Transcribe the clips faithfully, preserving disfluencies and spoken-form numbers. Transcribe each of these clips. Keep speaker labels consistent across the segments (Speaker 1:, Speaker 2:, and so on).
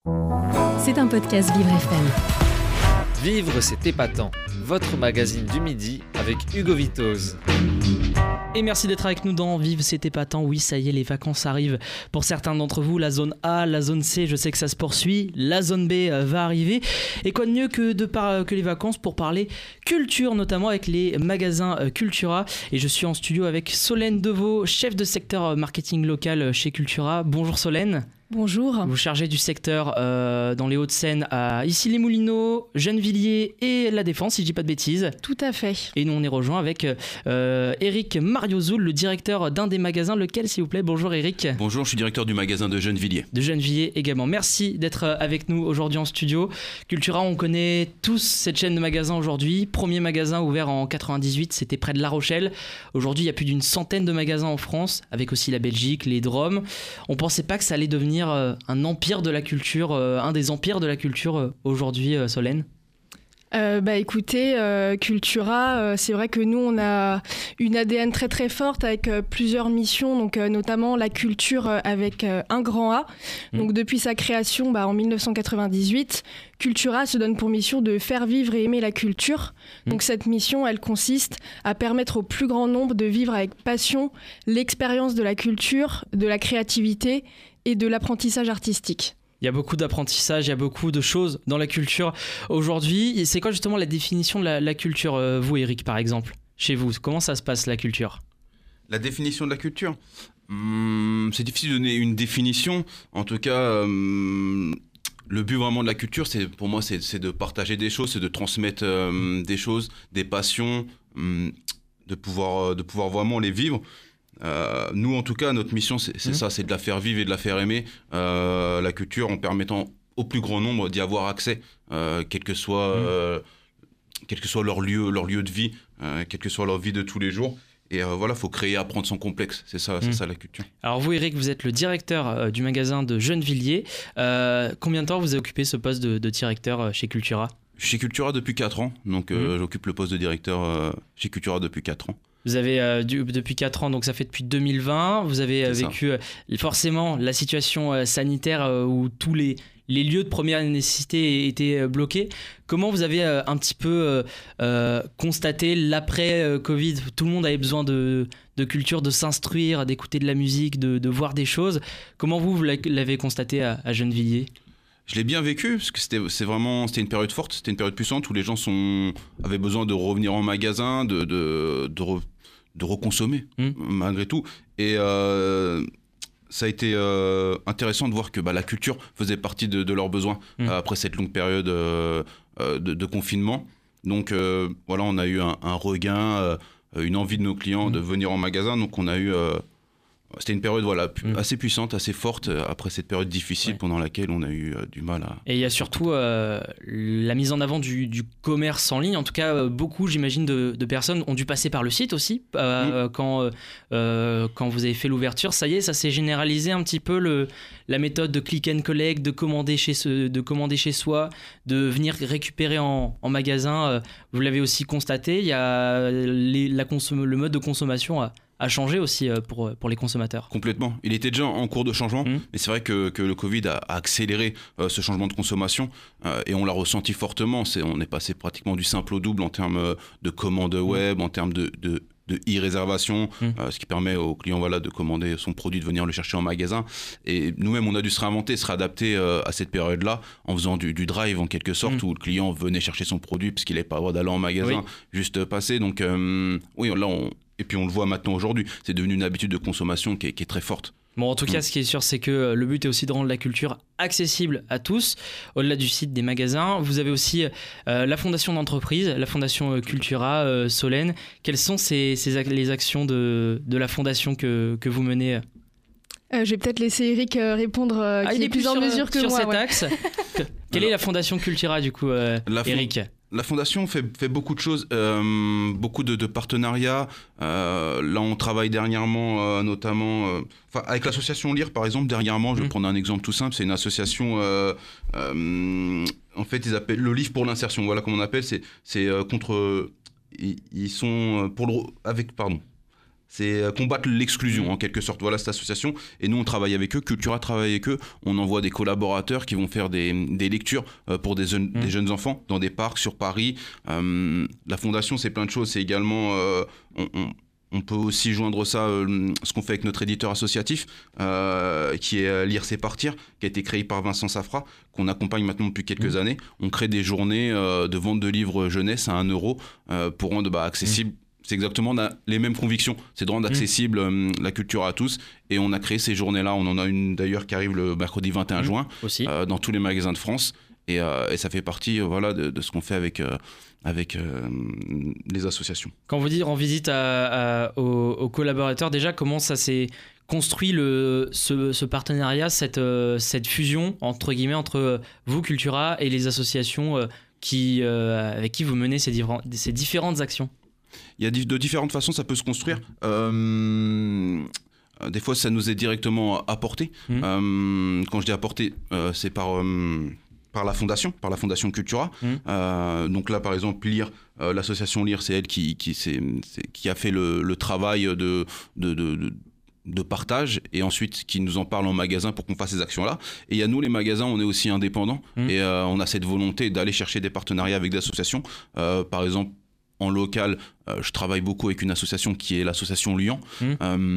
Speaker 1: C'est un podcast Vivre F M.
Speaker 2: Vivre, c'est épatant. Votre magazine du midi avec Hugo Vitoz.
Speaker 3: Et merci d'être avec nous dans Vive, c'est épatant. Oui, ça y est, les vacances arrivent pour certains d'entre vous. La zone A, la zone C, je sais que ça se poursuit. La zone B va arriver. Et quoi de mieux que, de par, que les vacances pour parler culture, notamment avec les magasins Cultura. Et je suis en studio avec Solène Deveau, chef de secteur marketing local chez Cultura. Bonjour Solène.
Speaker 4: Bonjour.
Speaker 3: Vous chargez du secteur euh, dans les Hauts-de-Seine à Issy-les-Moulineaux, Gennevilliers et La Défense, si je dis pas de bêtises.
Speaker 4: Tout à fait.
Speaker 3: Et nous, on est rejoint avec euh, Eric Mariozoul, le directeur d'un des magasins. Lequel, s'il vous plaît? Bonjour Eric.
Speaker 5: Bonjour, je suis directeur du magasin de Gennevilliers.
Speaker 3: De Gennevilliers également. Merci d'être avec nous aujourd'hui en studio. Cultura, on connaît tous cette chaîne de magasins aujourd'hui. Premier magasin ouvert en quatre-vingt-dix-huit, c'était près de La Rochelle. Aujourd'hui, il y a plus d'une centaine de magasins en France, avec aussi la Belgique, les Drômes. On pensait pas que ça allait devenir un empire de la culture, un des empires de la culture aujourd'hui, Solène?
Speaker 4: Euh, bah écoutez, euh, Cultura, euh, c'est vrai que nous on a une A D N très très forte avec euh, plusieurs missions, donc euh, notamment la culture euh, avec euh, un grand A. Mmh. Donc depuis sa création bah, en dix-neuf cent quatre-vingt-dix-huit, Cultura se donne pour mission de faire vivre et aimer la culture. Mmh. Donc cette mission, elle consiste à permettre au plus grand nombre de vivre avec passion l'expérience de la culture, de la créativité et de l'apprentissage artistique.
Speaker 3: Il y a beaucoup d'apprentissage, il y a beaucoup de choses dans la culture aujourd'hui. C'est quoi justement la définition de la, la culture, euh, vous Eric par exemple, chez vous? Comment ça se passe la culture?
Speaker 5: La définition de la culture hum, c'est difficile de donner une définition. En tout cas, hum, le but vraiment de la culture, c'est, pour moi, c'est, c'est de partager des choses, c'est de transmettre hum, des choses, des passions, hum, de, pouvoir, de pouvoir vraiment les vivre. Euh, nous en tout cas notre mission c'est, c'est mmh. ça, c'est de la faire vivre et de la faire aimer, euh, la culture, en permettant au plus grand nombre d'y avoir accès, euh, quel que soit mmh. euh, quel que soit leur lieu, leur lieu de vie, euh, quelle que soit leur vie de tous les jours. Et euh, voilà, il faut créer, apprendre sans complexe, c'est ça, mmh. c'est ça la culture.
Speaker 3: Alors vous Eric, vous êtes le directeur euh, du magasin de Gennevilliers. Euh, combien de temps vous avez occupé ce poste de, de directeur euh, chez Cultura?
Speaker 5: Chez Cultura depuis quatre ans, donc euh, mmh. j'occupe le poste de directeur euh, chez Cultura depuis quatre ans.
Speaker 3: Vous avez euh, du, depuis quatre ans, donc ça fait depuis deux mille vingt. Vous avez euh, vécu euh, forcément la situation euh, sanitaire euh, où tous les, les lieux de première nécessité étaient euh, bloqués. Comment vous avez euh, un petit peu euh, euh, constaté l'après-Covid? Tout le monde avait besoin de, de culture, de s'instruire, d'écouter de la musique, de, de voir des choses. Comment vous, vous l'avez constaté à, à Gennevilliers?
Speaker 5: Je l'ai bien vécu, parce que c'était, c'est vraiment, c'était une période forte, c'était une période puissante où les gens sont, avaient besoin de revenir en magasin, de, de, de, re, de reconsommer, mmh. malgré tout. Et euh, ça a été euh, intéressant de voir que bah, la culture faisait partie de, de leurs besoins mmh. euh, après cette longue période euh, euh, de, de confinement. Donc euh, voilà, on a eu un, un regain, euh, une envie de nos clients mmh. de venir en magasin. Donc on a eu... Euh, C'était une période voilà, mmh. assez puissante, assez forte, après cette période difficile ouais. pendant laquelle on a eu euh, du mal à...
Speaker 3: Et il y a surtout euh, la mise en avant du, du commerce en ligne. En tout cas, euh, beaucoup, j'imagine, de, de personnes ont dû passer par le site aussi. Euh, mmh. quand, euh, quand vous avez fait l'ouverture, ça y est, ça s'est généralisé un petit peu, le, la méthode de click and collect, de commander chez, ce, de commander chez soi, de venir récupérer en, en magasin. Vous l'avez aussi constaté, il y a les, la consom- le mode de consommation a... a changé aussi pour, pour les consommateurs.
Speaker 5: Complètement. Il était déjà en cours de changement, mmh. mais c'est vrai que, que le Covid a, a accéléré euh, ce changement de consommation euh, et on l'a ressenti fortement. C'est, on est passé pratiquement du simple au double en termes de commandes web, mmh. en termes de, de, de e-réservation, mmh. euh, ce qui permet au client voilà, de commander son produit, de venir le chercher en magasin. Et nous-mêmes, on a dû se réinventer, se réadapter euh, à cette période-là en faisant du, du drive en quelque sorte, mmh. où le client venait chercher son produit parce qu'il n'avait pas le droit d'aller en magasin, oui. juste passer. Donc euh, oui, là, on... Et puis on le voit maintenant aujourd'hui, c'est devenu une habitude de consommation qui est, qui est très forte.
Speaker 3: Bon, en tout cas, mmh. ce qui est sûr, c'est que le but est aussi de rendre la culture accessible à tous, au-delà du site des magasins. Vous avez aussi euh, la fondation d'entreprise, la fondation Cultura, euh, Solène. Quelles sont ces, ces, les actions de, de la fondation que, que vous menez?
Speaker 4: Euh, je vais peut-être laisser Eric euh, répondre, euh,
Speaker 3: ah,
Speaker 4: qui
Speaker 3: il est,
Speaker 4: est plus,
Speaker 3: plus
Speaker 4: en
Speaker 3: sur,
Speaker 4: mesure que
Speaker 3: sur
Speaker 4: moi.
Speaker 3: Sur cet
Speaker 4: ouais.
Speaker 3: axe. Quelle est la fondation Cultura, du coup, euh,
Speaker 5: la fond-
Speaker 3: Eric?
Speaker 5: La fondation fait, fait beaucoup de choses, euh, beaucoup de, de partenariats. Euh, là, on travaille dernièrement, euh, notamment euh, avec l'association Lire, par exemple. Dernièrement, je vais mmh. prendre un exemple tout simple. C'est une association, euh, euh, en fait, ils appellent le livre pour l'insertion. Voilà comment on appelle. C'est, c'est euh, contre, ils, ils sont pour le, avec, pardon. c'est combattre l'exclusion en quelque sorte. Voilà cette association. Et nous, on travaille avec eux. Cultura travaille avec eux. On envoie des collaborateurs qui vont faire des, des lectures pour des jeunes, mmh. des jeunes enfants dans des parcs sur Paris. Euh, la fondation, c'est plein de choses. C'est également... Euh, on, on, On peut aussi joindre ça, euh, ce qu'on fait avec notre éditeur associatif, euh, qui est euh, Lire c'est partir, qui a été créé par Vincent Safra, qu'on accompagne maintenant depuis quelques mmh. années. On crée des journées euh, de vente de livres jeunesse à un euro euh, pour rendre bah, accessible. Mmh. C'est exactement on a les mêmes convictions, c'est de rendre accessible mmh. euh, la culture à tous. Et on a créé ces journées-là. On en a une d'ailleurs qui arrive le mercredi vingt et un mmh. juin, aussi. Euh, dans tous les magasins de France. Et, euh, et ça fait partie euh, voilà, de, de ce qu'on fait avec... Euh, avec euh, les associations.
Speaker 3: Quand vous dites en visite à, à, aux, aux collaborateurs, déjà, comment ça s'est construit le, ce, ce partenariat, cette, euh, cette fusion, entre guillemets, entre vous, Cultura, et les associations euh, qui, euh, avec qui vous menez ces, différents, ces différentes actions?
Speaker 5: Il y a de différentes façons, ça peut se construire. Euh... Des fois, ça nous est directement apporté. Mmh. Euh, quand je dis apporté, euh, c'est par... Euh... par la fondation, par la fondation Cultura. Mmh. Euh, donc là, par exemple, Lire, euh, l'association Lire, c'est elle qui, qui, c'est, c'est, qui a fait le, le travail de, de, de, de, de partage et ensuite qui nous en parle en magasin pour qu'on fasse ces actions-là. Et il y a nous, les magasins, on est aussi indépendants mmh. et euh, on a cette volonté d'aller chercher des partenariats avec des associations. Euh, par exemple, en local, euh, je travaille beaucoup avec une association qui est l'association Lyon. Mmh.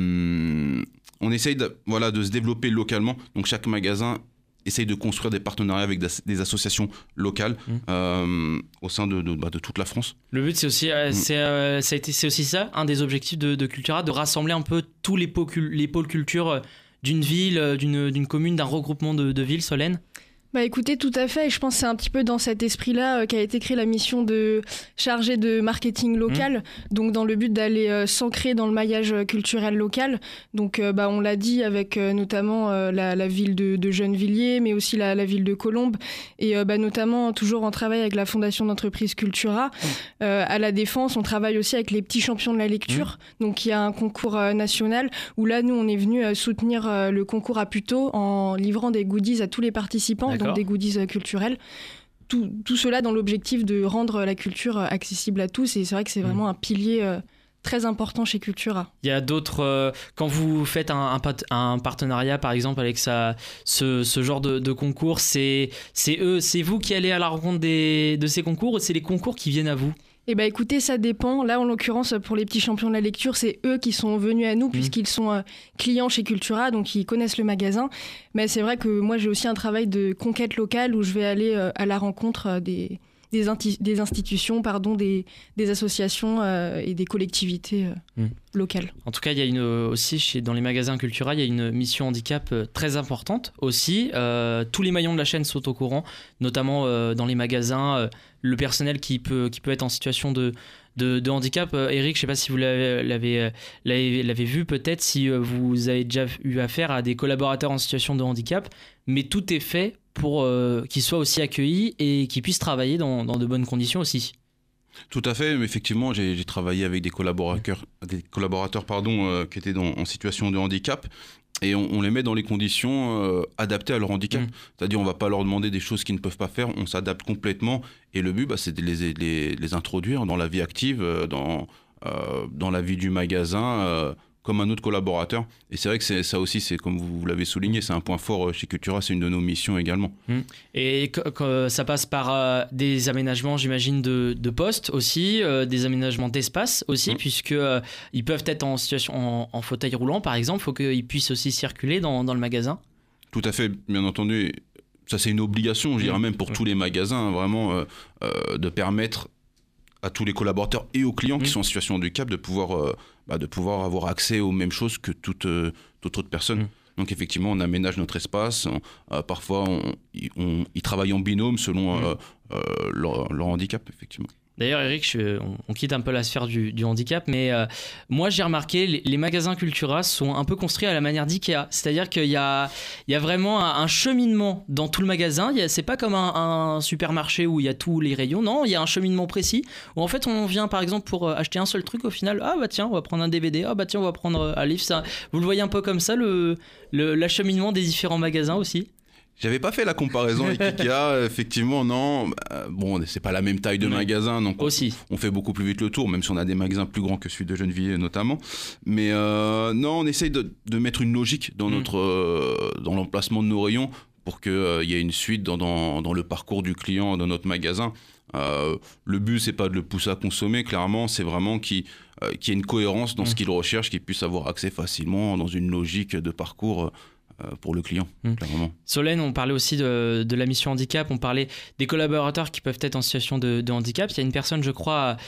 Speaker 5: Euh, on essaye de, voilà, de se développer localement. Donc chaque magasin essaye de construire des partenariats avec des associations locales mmh. euh, au sein de, de, bah, de toute la France.
Speaker 3: Le but, c'est aussi, euh, mmh. c'est, euh, ça a été, c'est aussi ça, un des objectifs de, de Cultura, de rassembler un peu tous les pôles, les pôles culture d'une ville, d'une, d'une commune, d'un regroupement de, de villes, Solène.
Speaker 4: Bah écoutez, tout à fait, et je pense que c'est un petit peu dans cet esprit-là euh, qu'a été créée la mission de chargé de marketing local, mmh. donc dans le but d'aller euh, s'ancrer dans le maillage culturel local. Donc euh, bah, on l'a dit avec euh, notamment euh, la, la ville de, de Gennevilliers, mais aussi la, la ville de Colombes, et euh, bah, notamment toujours en travail avec la fondation d'entreprise Cultura. Mmh. Euh, à la Défense, on travaille aussi avec les petits champions de la lecture, mmh. donc il y a un concours euh, national, où là nous on est venu euh, soutenir euh, le concours à Puteaux en livrant des goodies à tous les participants. D'accord. Donc des goodies culturels. Tout, tout cela dans l'objectif de rendre la culture accessible à tous. Et c'est vrai que c'est vraiment mmh. un pilier euh, très important chez Cultura.
Speaker 3: Il y a d'autres... Euh, quand vous faites un, un, un partenariat, par exemple, avec ça, ce, ce genre de, de concours, c'est, c'est, eux, c'est vous qui allez à la rencontre des, de ces concours ou c'est les concours qui viennent à vous ?
Speaker 4: Eh bien écoutez, ça dépend. Là, en l'occurrence, pour les petits champions de la lecture, c'est eux qui sont venus à nous, mmh. puisqu'ils sont euh, clients chez Cultura, donc ils connaissent le magasin. Mais c'est vrai que moi, j'ai aussi un travail de conquête locale où je vais aller euh, à la rencontre euh, des, des, inti- des institutions, pardon, des, des associations euh, et des collectivités euh, mmh. locales.
Speaker 3: En tout cas, il y a une, aussi, chez, dans les magasins Cultura, il y a une mission handicap euh, très importante aussi. Euh, tous les maillons de la chaîne sont au courant, notamment euh, dans les magasins, euh, le personnel qui peut, qui peut être en situation de, de, de handicap. Euh, Eric, je ne sais pas si vous l'avez, l'avez, l'avez, l'avez vu, peut-être si euh, vous avez déjà eu affaire à des collaborateurs en situation de handicap, mais tout est fait pour euh, qu'ils soient aussi accueillis et qu'ils puissent travailler dans, dans de bonnes conditions aussi.
Speaker 5: Tout à fait, effectivement, j'ai, j'ai travaillé avec des collaborateurs, des collaborateurs pardon, euh, qui étaient dans, en situation de handicap. Et on, on les met dans les conditions euh, adaptées à leur handicap. Mmh. C'est-à-dire, on ne va pas leur demander des choses qu'ils ne peuvent pas faire, on s'adapte complètement. Et le but, bah, c'est de les, les, les introduire dans la vie active, euh, dans, euh, dans la vie du magasin, euh, comme un autre collaborateur. Et c'est vrai que c'est, ça aussi, c'est comme vous l'avez souligné, c'est un point fort chez Cultura, c'est une de nos missions également. Mmh.
Speaker 3: Et que, que ça passe par euh, des aménagements, j'imagine, de, de postes aussi, euh, des aménagements d'espace aussi, mmh. puisque euh, ils peuvent être en situation en, en fauteuil roulant, par exemple, il faut qu'ils puissent aussi circuler dans, dans le magasin.
Speaker 5: Tout à fait, bien entendu. Ça, c'est une obligation, je dirais mmh. même pour mmh. tous les magasins, hein, vraiment, euh, euh, de permettre à tous les collaborateurs et aux clients mmh. qui sont en situation de handicap de pouvoir, euh, bah, de pouvoir avoir accès aux mêmes choses que toute, euh, toute autre personne. Mmh. Donc effectivement, on aménage notre espace. On, euh, parfois, on, on, ils travaillent en binôme selon mmh. euh, euh, leur, leur handicap, effectivement.
Speaker 3: D'ailleurs, Eric, je, on, on quitte un peu la sphère du, du handicap, mais euh, moi, j'ai remarqué, les, les magasins Cultura sont un peu construits à la manière d'IKEA. C'est-à-dire qu'il y a, il y a vraiment un, un cheminement dans tout le magasin. Il y a, c'est pas comme un, un supermarché où il y a tous les rayons. Non, il y a un cheminement précis où, en fait, on vient, par exemple, pour acheter un seul truc. Au final, ah bah tiens, on va prendre un D V D. Ah bah tiens, on va prendre un livre. Ça, vous le voyez un peu comme ça, le, le, l'acheminement des différents magasins aussi ?
Speaker 5: J'avais pas fait la comparaison avec Ikea, effectivement, non. Bah, bon, c'est pas la même taille de
Speaker 3: Oui.
Speaker 5: magasin, donc
Speaker 3: Aussi.
Speaker 5: on, on fait beaucoup plus vite le tour, même si on a des magasins plus grands que celui de Gennevilliers notamment. Mais euh, non, on essaye de, de mettre une logique dans,
Speaker 3: Mm.
Speaker 5: notre, euh, dans l'emplacement de nos rayons pour qu'il euh, y ait une suite dans, dans, dans le parcours du client, dans notre magasin. Euh, le but, c'est pas de le pousser à consommer, clairement, c'est vraiment qu'il euh, qu'il y ait une cohérence dans
Speaker 3: Mm.
Speaker 5: ce qu'il recherche, qu'il puisse avoir accès facilement dans une logique de parcours euh, pour le client,
Speaker 3: Mm.
Speaker 5: clairement.
Speaker 3: Solène, on parlait aussi de, de la mission handicap, on parlait des collaborateurs qui peuvent être en situation de, de handicap. Il y a une personne, je crois,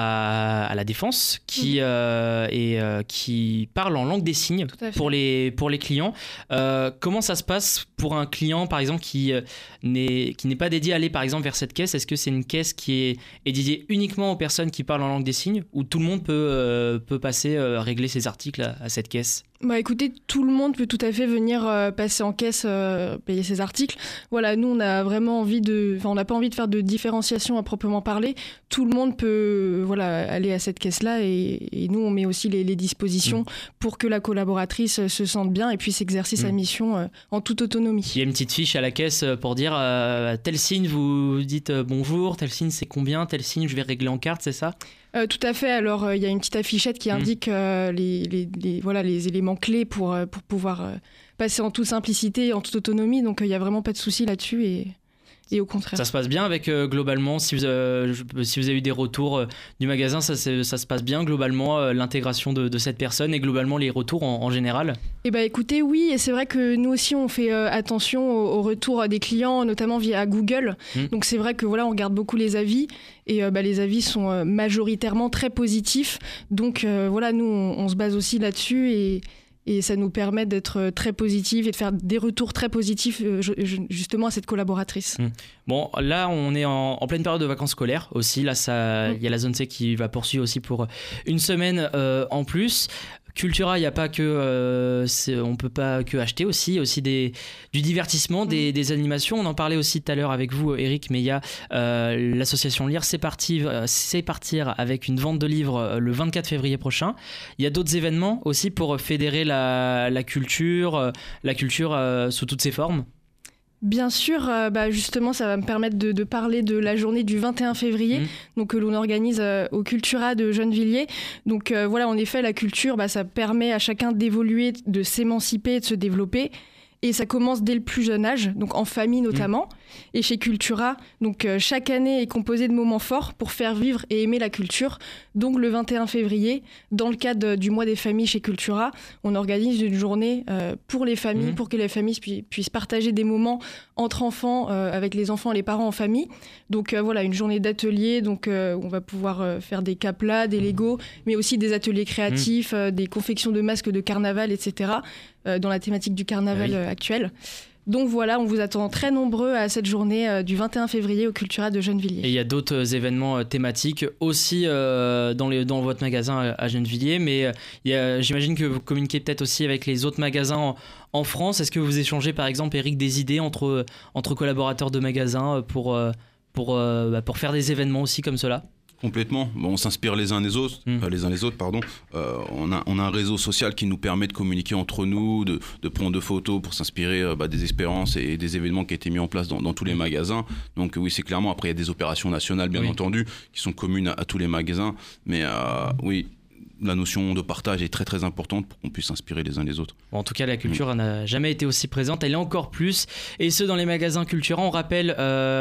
Speaker 3: à, à la Défense qui,
Speaker 4: Mhm.
Speaker 3: euh, et, euh, qui parle en langue des signes
Speaker 4: Tout à fait.
Speaker 3: pour les, pour les clients. Euh, comment ça se passe pour un client, par exemple, qui euh, n'est qui n'est pas dédié à aller, par exemple, vers cette caisse? Est-ce que c'est une caisse qui est, est dédiée uniquement aux personnes qui parlent en langue des signes, ou tout le monde peut, euh, peut passer, euh, régler ses articles à, à cette caisse?
Speaker 4: Bah écoutez, tout le monde peut tout à fait venir euh, passer en caisse, euh, payer ses articles. Voilà, nous on a vraiment envie de, enfin on n'a pas envie de faire de différenciation à proprement parler. Tout le monde peut, euh, voilà, aller à cette caisse-là et, et nous on met aussi les, les dispositions
Speaker 3: Mmh.
Speaker 4: pour que la collaboratrice euh, se sente bien et puisse exercer sa
Speaker 3: Mmh.
Speaker 4: mission euh, en toute autonomie.
Speaker 3: Il y a une petite fiche à la caisse pour dire euh, tel signe vous dites euh, bonjour, tel signe c'est combien, tel signe je vais régler en carte, c'est ça?
Speaker 4: Euh, tout à fait. Alors, euh, il y a une petite affichette qui
Speaker 3: Mhm.
Speaker 4: indique euh, les, les- les- voilà, les éléments clés pour, euh, pour pouvoir euh, passer en toute simplicité et en toute autonomie. Donc, euh, il n'y a vraiment pas de souci là-dessus et, et au contraire.
Speaker 3: Ça se passe bien avec euh, globalement, si vous, euh, je- si vous avez eu des retours euh, du magasin, ça, c'est- ça se passe bien globalement, euh, l'intégration de, de cette personne et globalement les retours en, en général?
Speaker 4: Eh ben, écoutez, oui, et c'est vrai que nous aussi, on fait euh, attention au, au retour des clients, notamment via Google.
Speaker 3: Mhm.
Speaker 4: Donc, c'est vrai que voilà, on regarde beaucoup les avis et euh, bah, les avis sont euh, majoritairement très positifs. Donc, euh, voilà, nous, on, on se base aussi là-dessus et, et ça nous permet d'être très positifs et de faire des retours très positifs euh, je- je- justement à cette collaboratrice.
Speaker 3: Bon, là, on est en, en pleine période de vacances scolaires aussi. Là, ça, il y a la zone C qui va poursuivre aussi pour une semaine euh, en plus. Cultura, il n'y a pas que, euh, c'est- on peut pas que acheter aussi, aussi des, du divertissement, des, des animations. On en parlait aussi tout à l'heure avec vous, Eric, mais il y a euh, l'association Lire, c'est parti, euh, c'est partir avec une vente de livres euh, le vingt-quatre février prochain. Il y a d'autres événements aussi pour fédérer la, la culture, euh, la culture euh, sous toutes ses formes.
Speaker 4: Bien sûr, euh, bah, justement, ça va me permettre de, de parler de la journée du vingt et un février,
Speaker 3: Mmh.
Speaker 4: donc que l'on organise euh, au Cultura de Gennevilliers. Donc euh, voilà, en effet, la culture, bah, ça permet à chacun d'évoluer, de s'émanciper, de se développer. Et ça commence dès le plus jeune âge, donc en famille notamment. Et chez Cultura, donc euh, chaque année est composée de moments forts pour faire vivre et aimer la culture. Donc le vingt et un février, dans le cadre du mois des familles chez Cultura, on organise une journée euh, pour les familles,
Speaker 3: Mmh.
Speaker 4: pour que les familles pu- puissent partager des moments entre enfants, euh, avec les enfants et les parents en famille. Donc euh, voilà, une journée d'atelier, donc euh, on va pouvoir euh, faire des caplas, des Legos, mais aussi des ateliers créatifs, euh, des confections de masques de carnaval, et cetera, euh, dans la thématique du carnaval
Speaker 3: Ah oui.
Speaker 4: euh, actuel. Donc voilà, on vous attend très nombreux à cette journée euh, du vingt et un février au Cultura de
Speaker 3: Et
Speaker 4: Gennevilliers.
Speaker 3: il y a d'autres événements euh, thématiques aussi euh, dans, les, dans votre magasin euh, à Gennevilliers, mais euh, il y a- j'imagine que vous communiquez peut-être aussi avec les autres magasins en, en France. Est-ce que vous échangez par exemple, Eric, des idées entre, entre collaborateurs de magasins euh, pour, euh, pour, euh, bah, pour faire des événements aussi comme cela?
Speaker 5: Complètement. Bon, on s'inspire les uns des autres,
Speaker 3: Mm.
Speaker 5: euh, les uns les autres, pardon. Euh, on a on a un réseau social qui nous permet de communiquer entre nous, de, de prendre des photos pour s'inspirer euh, bah, des expériences et des événements qui ont été mis en place dans, dans tous les magasins. Donc oui, c'est clairement. Après, il y a des opérations nationales, bien
Speaker 3: Oui.
Speaker 5: entendu, qui sont communes à, à tous les magasins. Mais euh, oui, la notion de partage est très très importante pour qu'on puisse s'inspirer les uns les autres.
Speaker 3: Bon, en tout cas, la culture elle n'a jamais été aussi présente, elle est encore plus. Et ce, dans les magasins Cultura, on rappelle,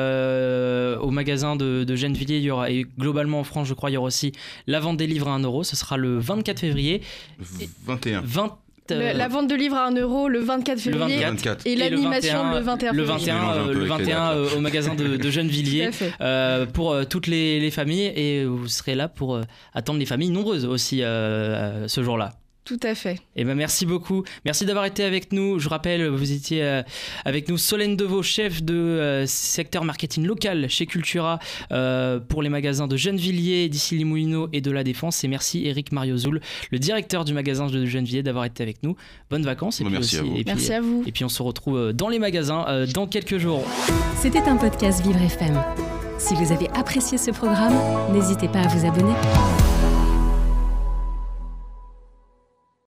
Speaker 3: euh, au magasin de, de Gennevilliers, il y aura, et globalement en France, je crois, il y aura aussi la vente des livres à un euro. Ce sera le vingt-quatre février.
Speaker 5: vingt et un.
Speaker 3: vingt,
Speaker 4: Le-
Speaker 3: euh,
Speaker 4: la vente de livres à un euro le vingt-quatre
Speaker 3: le
Speaker 4: février.
Speaker 3: vingt-quatre.
Speaker 5: vingt-quatre.
Speaker 4: Et
Speaker 3: Et le
Speaker 4: l'animation
Speaker 3: vingt et un,
Speaker 4: le vingt et un
Speaker 3: le
Speaker 4: février.
Speaker 3: vingt et un,
Speaker 5: Je mélange un
Speaker 3: euh,
Speaker 5: peu
Speaker 3: le
Speaker 5: avec les
Speaker 3: vingt et un
Speaker 5: dates, là.
Speaker 3: euh, au magasin de, de
Speaker 4: Tout
Speaker 3: Gennevilliers
Speaker 4: à fait.
Speaker 3: euh, pour euh, toutes les, les familles, et vous serez là pour euh, attendre les familles nombreuses aussi euh, euh, ce jour-là.
Speaker 4: Tout à fait.
Speaker 3: Et ben merci beaucoup. Merci d'avoir été avec nous. Je rappelle, vous étiez euh, avec nous Solène Deveau, chef de euh, secteur marketing local chez Cultura euh, pour les magasins de Gennevilliers, d'Issy-les-Moulineaux et de la Défense. Et merci Eric Mariozoul, le directeur du magasin de Gennevilliers, d'avoir été avec nous. Bonnes vacances. Et
Speaker 5: Bon,
Speaker 3: puis
Speaker 5: merci
Speaker 3: aussi-
Speaker 5: à vous.
Speaker 3: et puis,
Speaker 4: Merci à vous.
Speaker 3: Et puis on se retrouve euh, dans les magasins euh, dans quelques jours.
Speaker 1: C'était un podcast Vivre F M. Si vous avez apprécié ce programme, n'hésitez pas à vous abonner.